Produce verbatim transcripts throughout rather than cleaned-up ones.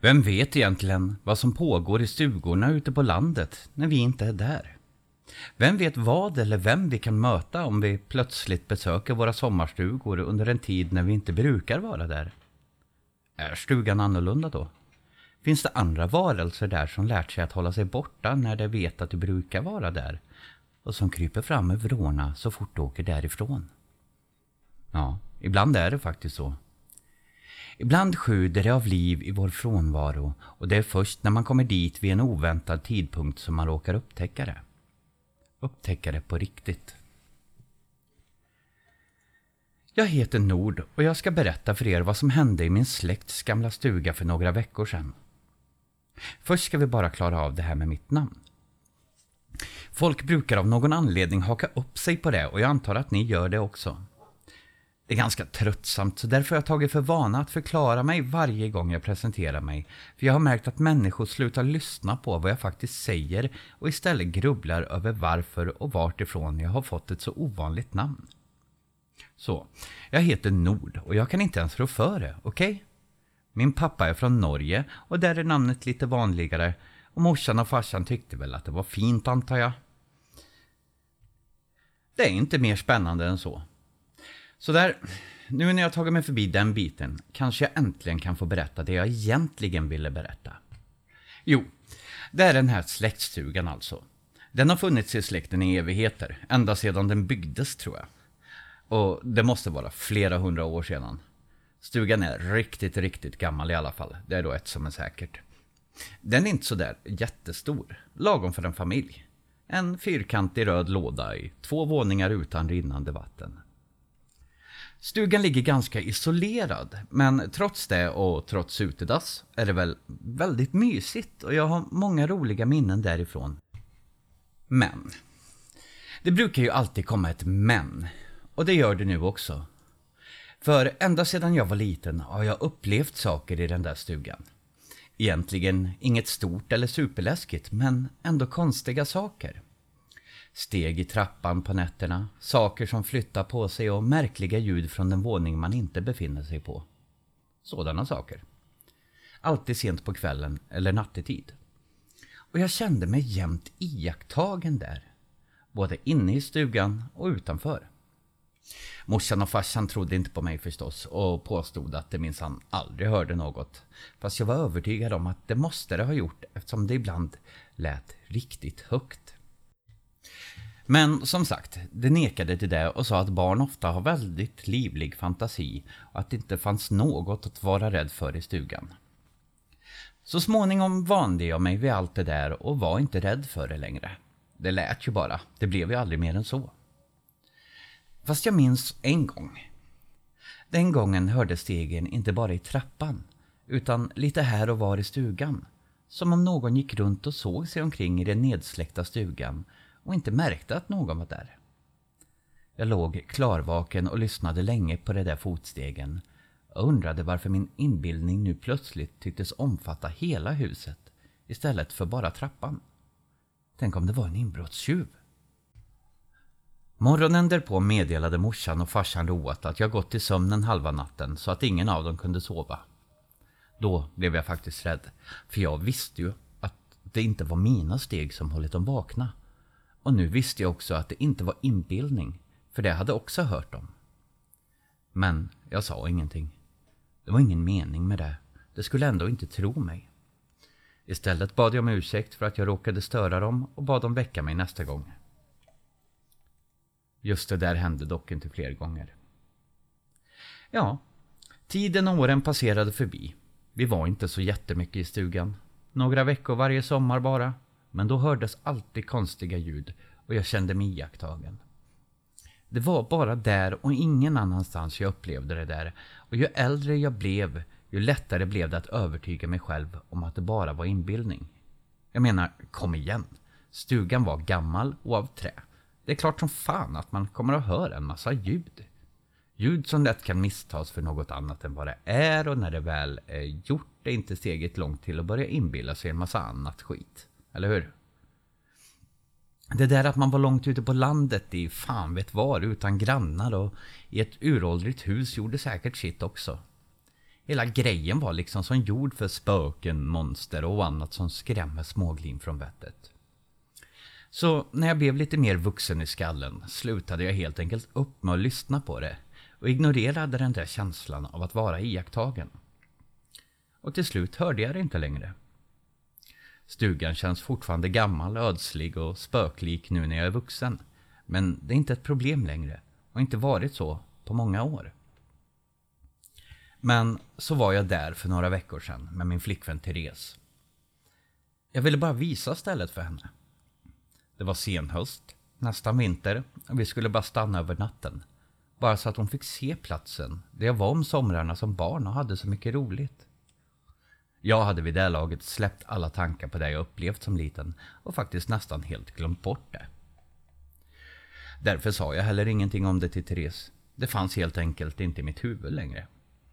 Vem vet egentligen vad som pågår i stugorna ute på landet när vi inte är där? Vem vet vad eller vem vi kan möta om vi plötsligt besöker våra sommarstugor under en tid när vi inte brukar vara där? Är stugan annorlunda då? Finns det andra varelser där som lärt sig att hålla sig borta när de vet att du brukar vara där och som kryper fram över vrårna så fort du åker därifrån? Ja, ibland är det faktiskt så. Ibland sjuder det av liv i vår frånvaro och det är först när man kommer dit vid en oväntad tidpunkt som man råkar upptäcka det. Upptäcka det på riktigt. Jag heter Nord och jag ska berätta för er vad som hände i min släkts gamla stuga för några veckor sedan. Först ska vi bara klara av det här med mitt namn. Folk brukar av någon anledning haka upp sig på det och jag antar att ni gör det också. Det är ganska tröttsamt så därför har jag tagit för vana att förklara mig varje gång jag presenterar mig. För jag har märkt att människor slutar lyssna på vad jag faktiskt säger och istället grubblar över varför och vart ifrån jag har fått ett så ovanligt namn. Så, jag heter Nord och jag kan inte ens rå för det, okej? Okay? Min pappa är från Norge och där är namnet lite vanligare och morsan och farsan tyckte väl att det var fint antar jag. Det är inte mer spännande än så. Så där, nu när jag tagit mig förbi den biten kanske jag äntligen kan få berätta det jag egentligen ville berätta. Jo, det är den här släktstugan alltså. Den har funnits i släkten i evigheter, ända sedan den byggdes tror jag. Och det måste vara flera hundra år sedan. Stugan är riktigt, riktigt gammal i alla fall. Det är då ett som är säkert. Den är inte så där jättestor, lagom för en familj. En fyrkantig röd låda i två våningar utan rinnande vatten. Stugan ligger ganska isolerad, men trots det och trots utedass är det väl väldigt mysigt och jag har många roliga minnen därifrån. Men, det brukar ju alltid komma ett men, och det gör det nu också. För ända sedan jag var liten har jag upplevt saker i den där stugan. Egentligen inget stort eller superläskigt, men ändå konstiga saker. Steg i trappan på nätterna, saker som flyttar på sig och märkliga ljud från den våning man inte befinner sig på. Sådana saker. Alltid sent på kvällen eller nattetid. Och jag kände mig jämt iakttagen där. Både inne i stugan och utanför. Morsan och farsan trodde inte på mig förstås och påstod att det minsann aldrig hörde något. Fast jag var övertygad om att det måste det ha gjort eftersom det ibland lät riktigt högt. Men som sagt, det nekade till det och sa att barn ofta har väldigt livlig fantasi och att det inte fanns något att vara rädd för i stugan. Så småningom vande jag mig vid allt det där och var inte rädd för det längre. Det lät ju bara, det blev ju aldrig mer än så. Fast jag minns en gång. Den gången hörde stegen inte bara i trappan utan lite här och var i stugan. Som om någon gick runt och såg sig omkring i den nedsläckta stugan och inte märkte att någon var där. Jag låg klarvaken och lyssnade länge på de där fotstegen och undrade varför min inbildning nu plötsligt tycktes omfatta hela huset istället för bara trappan. Tänk om det var en inbrottstjuv. Morgonen därpå meddelade morsan och farsan roat att jag gått till sömnen halva natten så att ingen av dem kunde sova. Då blev jag faktiskt rädd, för jag visste ju att det inte var mina steg som hållit dem vakna. Och nu visste jag också att det inte var inbildning, för det hade jag också hört om. Men jag sa ingenting. Det var ingen mening med det. Det skulle ändå inte tro mig. Istället bad jag om ursäkt för att jag råkade störa dem och bad dem väcka mig nästa gång. Just det där hände dock inte fler gånger. Ja, tiden och åren passerade förbi. Vi var inte så jättemycket i stugan. Några veckor varje sommar bara. Men då hördes alltid konstiga ljud och jag kände mig iakttagen. Det var bara där och ingen annanstans jag upplevde det där. Och ju äldre jag blev, ju lättare blev det att övertyga mig själv om att det bara var inbildning. Jag menar, kom igen. Stugan var gammal och av trä. Det är klart som fan att man kommer att höra en massa ljud. Ljud som lätt kan misstas för något annat än vad det är och när det väl är gjort är inte steget långt till att börja inbilla sig en massa annat skit. Eller hur? Det där att man var långt ute på landet i fan vet var utan grannar och i ett uråldrigt hus gjorde säkert sitt också. Hela grejen var liksom som gjord för spöken, monster och annat som skrämmer småglin från vettet. Så när jag blev lite mer vuxen i skallen slutade jag helt enkelt upp med att lyssna på det och ignorerade den där känslan av att vara iakttagen. Och till slut hörde jag det inte längre. Stugan känns fortfarande gammal, ödslig och spöklik nu när jag är vuxen. Men det är inte ett problem längre och inte varit så på många år. Men så var jag där för några veckor sedan med min flickvän Therese. Jag ville bara visa stället för henne. Det var senhöst, nästan vinter, och vi skulle bara stanna över natten. Bara så att hon fick se platsen där jag var om somrarna som barn och hade så mycket roligt. Jag hade vid det laget släppt alla tankar på det jag upplevt som liten och faktiskt nästan helt glömt bort det. Därför sa jag heller ingenting om det till Therese. Det fanns helt enkelt inte i mitt huvud längre.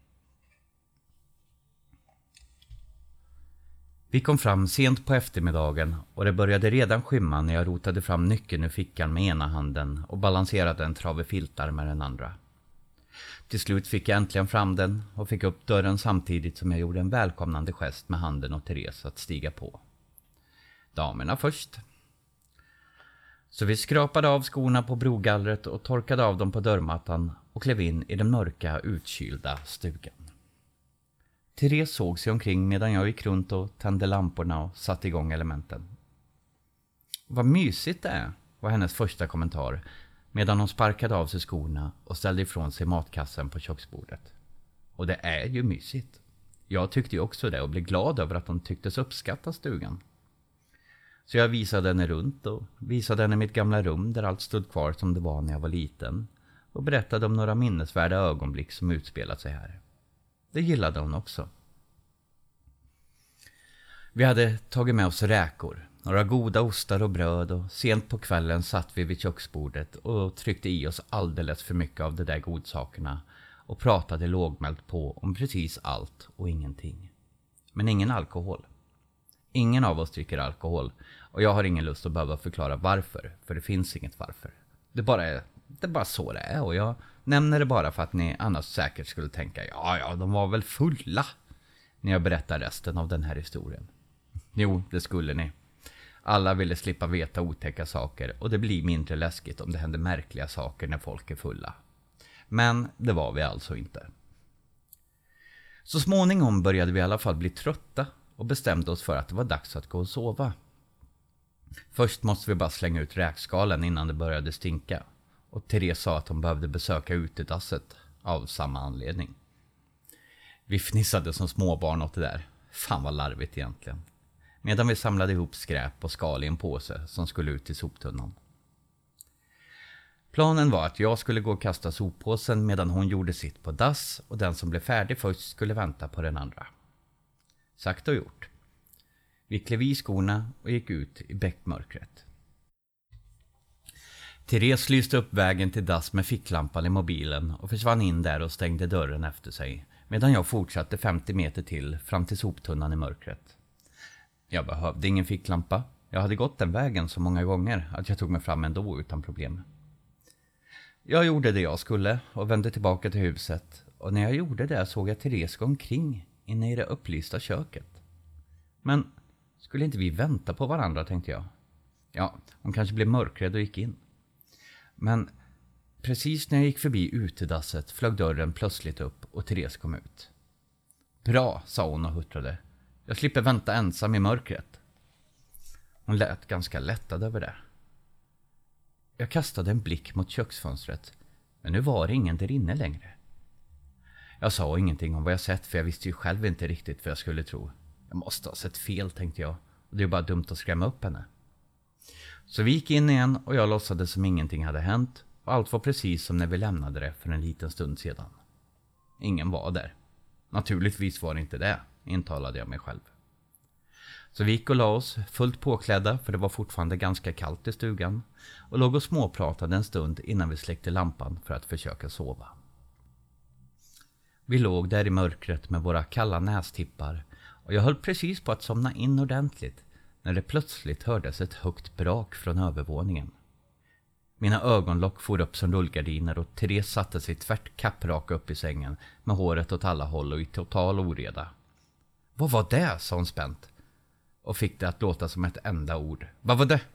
Vi kom fram sent på eftermiddagen och det började redan skymma när jag rotade fram nyckeln ur fickan med ena handen och balanserade en trave filtar med den andra. Till slut fick jag äntligen fram den och fick upp dörren samtidigt som jag gjorde en välkomnande gest med handen åt Therese att stiga på. Damerna först. Så vi skrapade av skorna på brogallret och torkade av dem på dörrmattan och klev in i den mörka, utkylda stugan. Therese såg sig omkring medan jag gick runt och tände lamporna och satte igång elementen. Vad mysigt det är, var hennes första kommentar medan hon sparkade av sig skorna och ställde ifrån sig matkassen på köksbordet. Och det är ju mysigt. Jag tyckte ju också det och blev glad över att hon tycktes uppskatta stugan. Så jag visade henne runt och visade henne mitt gamla rum där allt stod kvar som det var när jag var liten och berättade om några minnesvärda ögonblick som utspelat sig här. Det gillade hon också. Vi hade tagit med oss räkor, några goda ostar och bröd och sent på kvällen satt vi vid köksbordet och tryckte i oss alldeles för mycket av de där godsakerna och pratade lågmält på om precis allt och ingenting. Men ingen alkohol. Ingen av oss dricker alkohol och jag har ingen lust att behöva förklara varför, för det finns inget varför. Det bara är, det är bara så det är och jag nämner det bara för att ni annars säkert skulle tänka ja, ja, de var väl fulla när jag berättar resten av den här historien. Jo, det skulle ni. Alla ville slippa veta otäcka saker och det blir mindre läskigt om det händer märkliga saker när folk är fulla. Men det var vi alltså inte. Så småningom började vi i alla fall bli trötta och bestämde oss för att det var dags att gå och sova. Först måste vi bara slänga ut räkskalen innan det började stinka. Och Therese sa att hon behövde besöka utedasset av samma anledning. Vi fnissade som småbarn åt det där. Fan vad larvigt egentligen. Medan vi samlade ihop skräp och skal i en påse som skulle ut i soptunnan. Planen var att jag skulle gå och kasta soppåsen medan hon gjorde sitt på dass och den som blev färdig först skulle vänta på den andra. Sagt och gjort. Vi klev i skorna och gick ut i bäckmörkret. Therese lyste upp vägen till dass med ficklampan i mobilen och försvann in där och stängde dörren efter sig medan jag fortsatte femtio meter till fram till soptunnan i mörkret. Jag behövde ingen ficklampa. Jag hade gått den vägen så många gånger att jag tog mig fram ändå utan problem. Jag gjorde det jag skulle och vände tillbaka till huset och när jag gjorde det såg jag Therese gå omkring inne i det upplysta köket. Men skulle inte vi vänta på varandra, tänkte jag. Ja, hon kanske blev mörkrädd och gick in. Men precis när jag gick förbi utedasset flög dörren plötsligt upp och Therese kom ut. Bra, sa hon och huttrade. Jag slipper vänta ensam i mörkret. Hon lät ganska lättad över det. Jag kastade en blick mot köksfönstret, men nu var det ingen där inne längre. Jag sa ingenting om vad jag sett för jag visste ju själv inte riktigt vad jag skulle tro. Jag måste ha sett fel, tänkte jag, och det är bara dumt att skrämma upp henne. Så vi gick in igen och jag låtsades som ingenting hade hänt och allt var precis som när vi lämnade det för en liten stund sedan. Ingen var där. Naturligtvis var det inte det, intalade jag mig själv. Så vi gick och la oss fullt påklädda för det var fortfarande ganska kallt i stugan och låg och småpratade en stund innan vi släckte lampan för att försöka sova. Vi låg där i mörkret med våra kalla nästippar och jag höll precis på att somna in ordentligt när det plötsligt hördes ett högt brak från övervåningen. Mina ögonlock for upp som rullgardiner och Therese satte sig tvärt kappraka upp i sängen med håret åt alla håll och i total oreda. Vad var det? Sa hon spänt och fick det att låta som ett enda ord. Vad var det?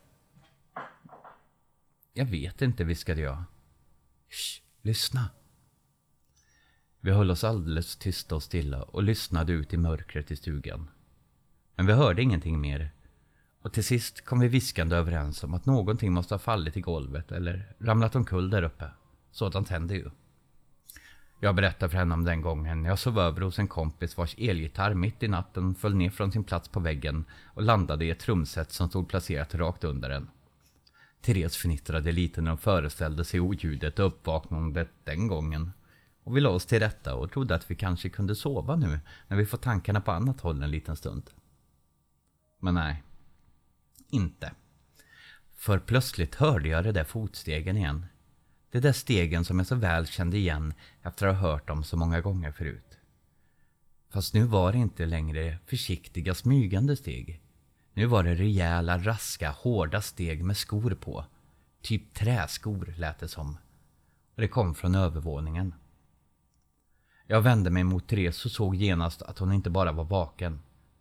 Jag vet inte, viskade jag. Shh, lyssna. Vi höll oss alldeles tysta och stilla och lyssnade ut i mörkret i stugan. Men vi hörde ingenting mer. Och till sist kom vi viskande överens om att någonting måste ha fallit i golvet eller ramlat omkull där uppe. Sådant händer ju. Jag berättade för henne om den gången jag sov över hos en kompis vars elgitarr mitt i natten föll ner från sin plats på väggen och landade i ett trumset som stod placerat rakt under den. Therese fnittrade lite när de föreställde sig oljudet och uppvaknandet den gången. Och vi la oss till rätta och trodde att vi kanske kunde sova nu när vi får tankarna på annat håll en liten stund. Men nej, inte. För plötsligt hörde jag det där fotstegen igen. Det där stegen som jag så väl kände igen efter att ha hört dem så många gånger förut. Fast nu var det inte längre försiktiga smygande steg. Nu var det rejäla, raska, hårda steg med skor på. Typ träskor lät det som. Och det kom från övervåningen. Jag vände mig mot Therese och såg genast att hon inte bara var vaken.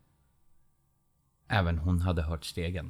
Även hon hade hört stegen.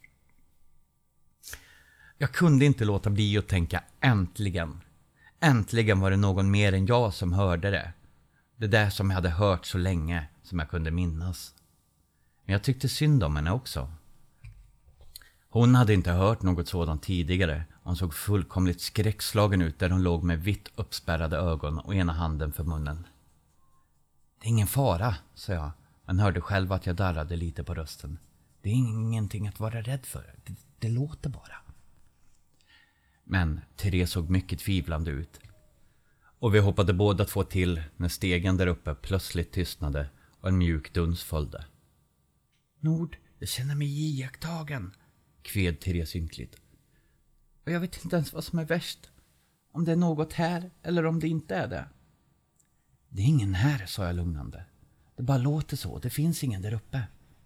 Jag kunde inte låta bli att tänka äntligen. Äntligen var det någon mer än jag som hörde det. Det där som jag hade hört så länge som jag kunde minnas. Men jag tyckte synd om henne också. Hon hade inte hört något sådant tidigare. Hon såg fullkomligt skräckslagen ut där hon låg med vitt uppspärrade ögon och ena handen för munnen. Det är ingen fara, sa jag, men hörde själv att jag darrade lite på rösten. Det är ingenting att vara rädd för. Det, det låter bara. Men Therese såg mycket tvivlande ut. Och vi hoppade båda två till när stegen där uppe plötsligt tystnade och en mjuk duns följde. Nord, jag känner mig iakttagen, kved Therese ynkligt. Och jag vet inte ens vad som är värst. Om det är något här eller om det inte är det. Det är ingen här, sa jag lugnande. Det bara låter så, det finns ingen där uppe.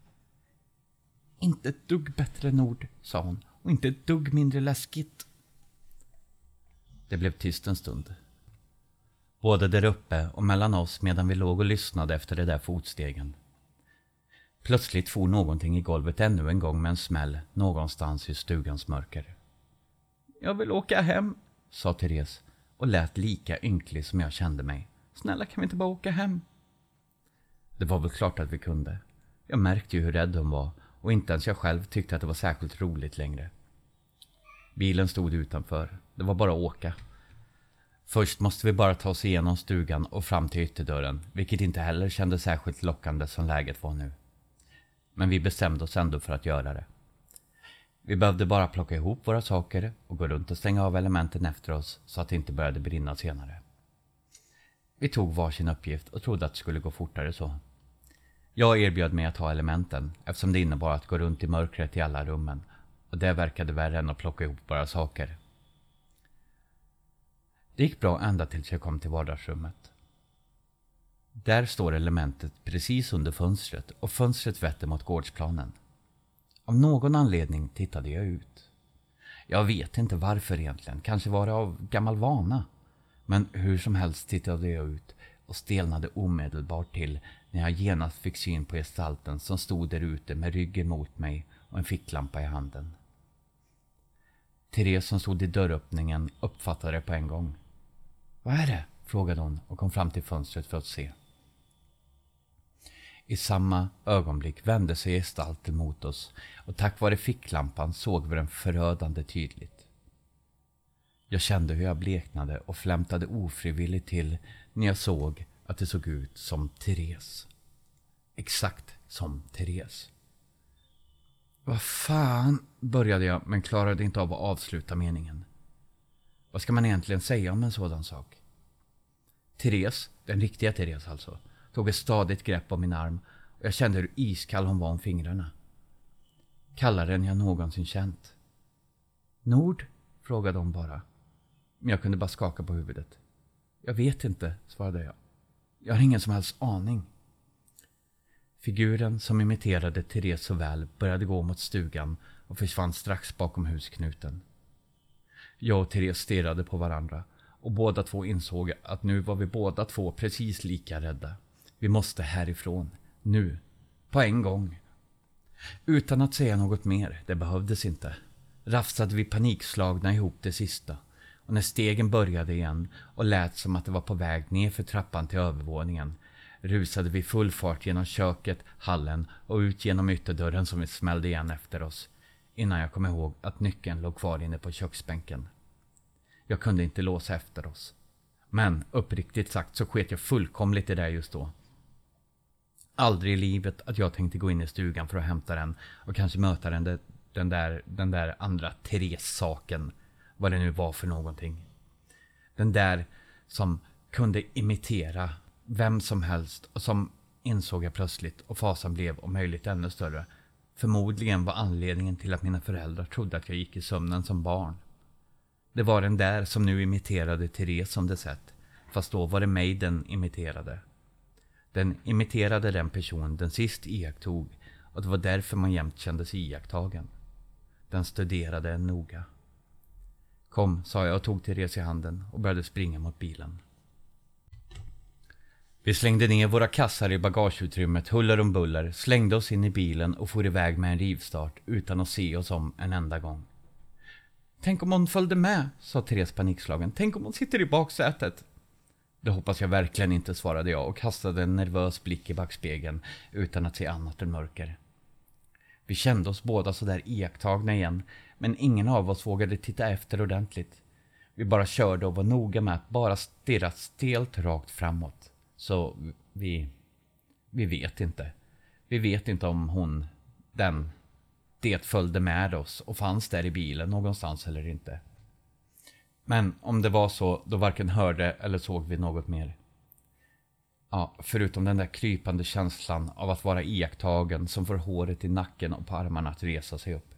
Inte ett dugg bättre, Nord, sa hon, och inte ett dugg mindre läskigt. Det blev tyst en stund. Både där uppe och mellan oss medan vi låg och lyssnade efter det där fotstegen. Plötsligt for någonting i golvet ännu en gång med en smäll någonstans i stugans mörker. Jag vill åka hem, sa Therese och lät lika ynklig som jag kände mig. Snälla, kan vi inte bara åka hem? Det var väl klart att vi kunde. Jag märkte ju hur rädd hon var och inte ens jag själv tyckte att det var särskilt roligt längre. Bilen stod utanför. Det var bara att åka. Först måste vi bara ta oss igenom stugan och fram till ytterdörren, vilket inte heller kändes särskilt lockande som läget var nu. Men vi bestämde oss ändå för att göra det. Vi behövde bara plocka ihop våra saker och gå runt och stänga av elementen efter oss så att det inte började brinna senare. Vi tog varsin uppgift och trodde att det skulle gå fortare så. Jag erbjöd mig att ta elementen eftersom det innebar att gå runt i mörkret i alla rummen och det verkade värre än att plocka ihop våra saker. Det gick bra ända tills jag kom till vardagsrummet. Där står elementet precis under fönstret och fönstret vetter mot gårdsplanen. Av någon anledning tittade jag ut. Jag vet inte varför egentligen, kanske var det av gammal vana. Men hur som helst tittade jag ut och stelnade omedelbart till när jag genast fick syn på gestalten som stod där ute med ryggen mot mig och en ficklampa i handen. Therese som stod i dörröppningen uppfattade det på en gång. Vad är det? Frågade hon och kom fram till fönstret för att se. I samma ögonblick vände sig gestalten mot oss och tack vare ficklampan såg vi den förödande tydligt. Jag kände hur jag bleknade och flämtade ofrivilligt till när jag såg att det såg ut som Therese. Exakt som Therese. Vad fan, började jag men klarade inte av att avsluta meningen. Vad ska man egentligen säga om en sådan sak? Therese, den riktiga Therese alltså, tog ett stadigt grepp om min arm och jag kände hur iskall hon var om fingrarna. Kallare än jag någonsin känt. Nord? Frågade hon bara. Men jag kunde bara skaka på huvudet. Jag vet inte, svarade jag. Jag har ingen som helst aning. Figuren som imiterade Therese så väl började gå mot stugan och försvann strax bakom husknuten. Jag och Therese stirrade på varandra och båda två insåg att nu var vi båda två precis lika rädda. Vi måste härifrån, nu, på en gång. Utan att säga något mer, det behövdes inte, rafsade vi panikslagna ihop det sista. Och när stegen började igen och lät som att det var på väg ner för trappan till övervåningen, rusade vi full fart genom köket, hallen och ut genom ytterdörren som vi smällde igen efter oss, innan jag kom ihåg att nyckeln låg kvar inne på köksbänken. Jag kunde inte låsa efter oss. Men uppriktigt sagt så sket jag fullkomligt i det just då. Aldrig i livet att jag tänkte gå in i stugan för att hämta den och kanske möta den, den, där, den där andra Therese-saken, vad det nu var för någonting. Den där som kunde imitera vem som helst och som, insåg jag plötsligt, och fasan blev om möjligt ännu större, förmodligen var anledningen till att mina föräldrar trodde att jag gick i sömnen som barn. Det var den där som nu imiterade Therese som det sett, fast då var det mig den imiterade. Den imiterade den person den sist iakttog, och det var därför man jämt kände sig iakttagen. Den studerade en noga. Kom, sa jag och tog Therese i handen och började springa mot bilen. Vi slängde ner våra kassar i bagageutrymmet huller om buller, slängde oss in i bilen och for iväg med en rivstart utan att se oss om en enda gång. Tänk om hon följde med, sa Therese panikslagen. Tänk om hon sitter i baksätet. Det hoppas jag verkligen inte, svarade jag och kastade en nervös blick i backspegeln utan att se annat än mörker. Vi kände oss båda så där iakttagna igen, men ingen av oss vågade titta efter ordentligt. Vi bara körde och var noga med att bara stirra stelt rakt framåt. Så vi... Vi vet inte. Vi vet inte om hon, den, det följde med oss och fanns där i bilen någonstans eller inte. Men om det var så, då varken hörde eller såg vi något mer. Ja, förutom den där krypande känslan av att vara iakttagen som får håret i nacken och på armarna att resa sig upp.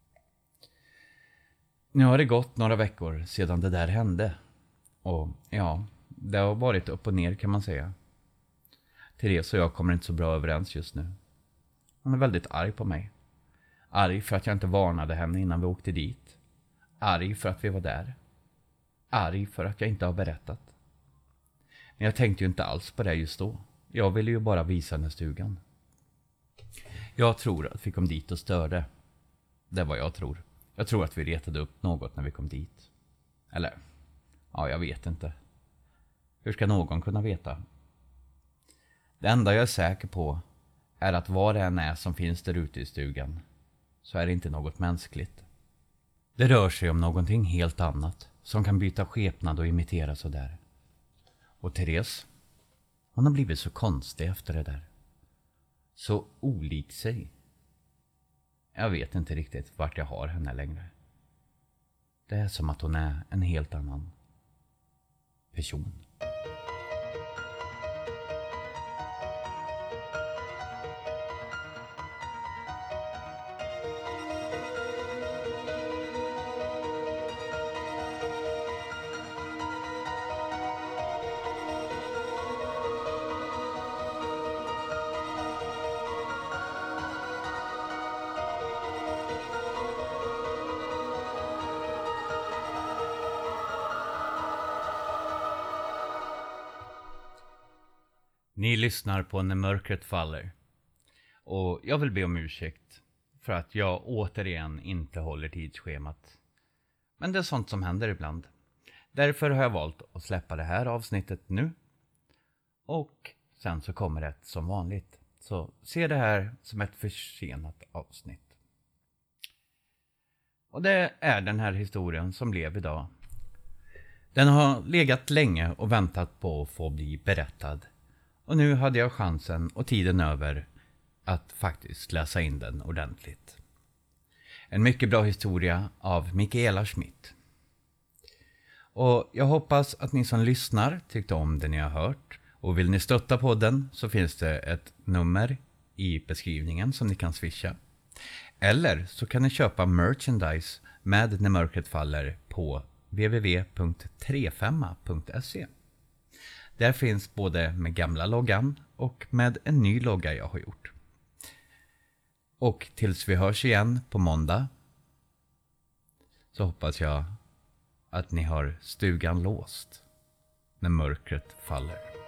Nu har det gått några veckor sedan det där hände. Och ja, det har varit upp och ner kan man säga. Therese och jag kommer inte så bra överens just nu. Hon är väldigt arg på mig. Arg för att jag inte varnade henne innan vi åkte dit. Arg för att vi var där. Arg för att jag inte har berättat. Men jag tänkte ju inte alls på det just då. Jag ville ju bara visa henne stugan. Jag tror att vi kom dit och störde. Det är vad jag tror. Jag tror att vi retade upp något när vi kom dit. Eller, ja, jag vet inte. Hur ska någon kunna veta? Det enda jag är säker på är att vad det än är som finns där ute i stugan, så är det inte något mänskligt. Det rör sig om någonting helt annat som kan byta skepnad och imitera så där. Och Therese, hon har blivit så konstig efter det där. Så olik sig. Jag vet inte riktigt vart jag har henne längre. Det är som att hon är en helt annan person. Ni lyssnar på När mörkret faller. Och jag vill be om ursäkt för att jag återigen inte håller tidsschemat. Men det är sånt som händer ibland. Därför har jag valt att släppa det här avsnittet nu. Och sen så kommer det som vanligt. Så se det här som ett försenat avsnitt. Och det är den här historien som blev idag. Den har legat länge och väntat på att få bli berättad. Och nu hade jag chansen och tiden över att faktiskt läsa in den ordentligt. En mycket bra historia av Mikaela Schmidt. Och jag hoppas att ni som lyssnar tyckte om det ni har hört. Och vill ni stötta podden så finns det ett nummer i beskrivningen som ni kan swisha. Eller så kan ni köpa merchandise med När mörkret faller på w w w punkt trefemma punkt se. Där finns både med gamla loggan och med en ny logga jag har gjort. Och tills vi hörs igen på måndag så hoppas jag att ni har stugan låst när mörkret faller.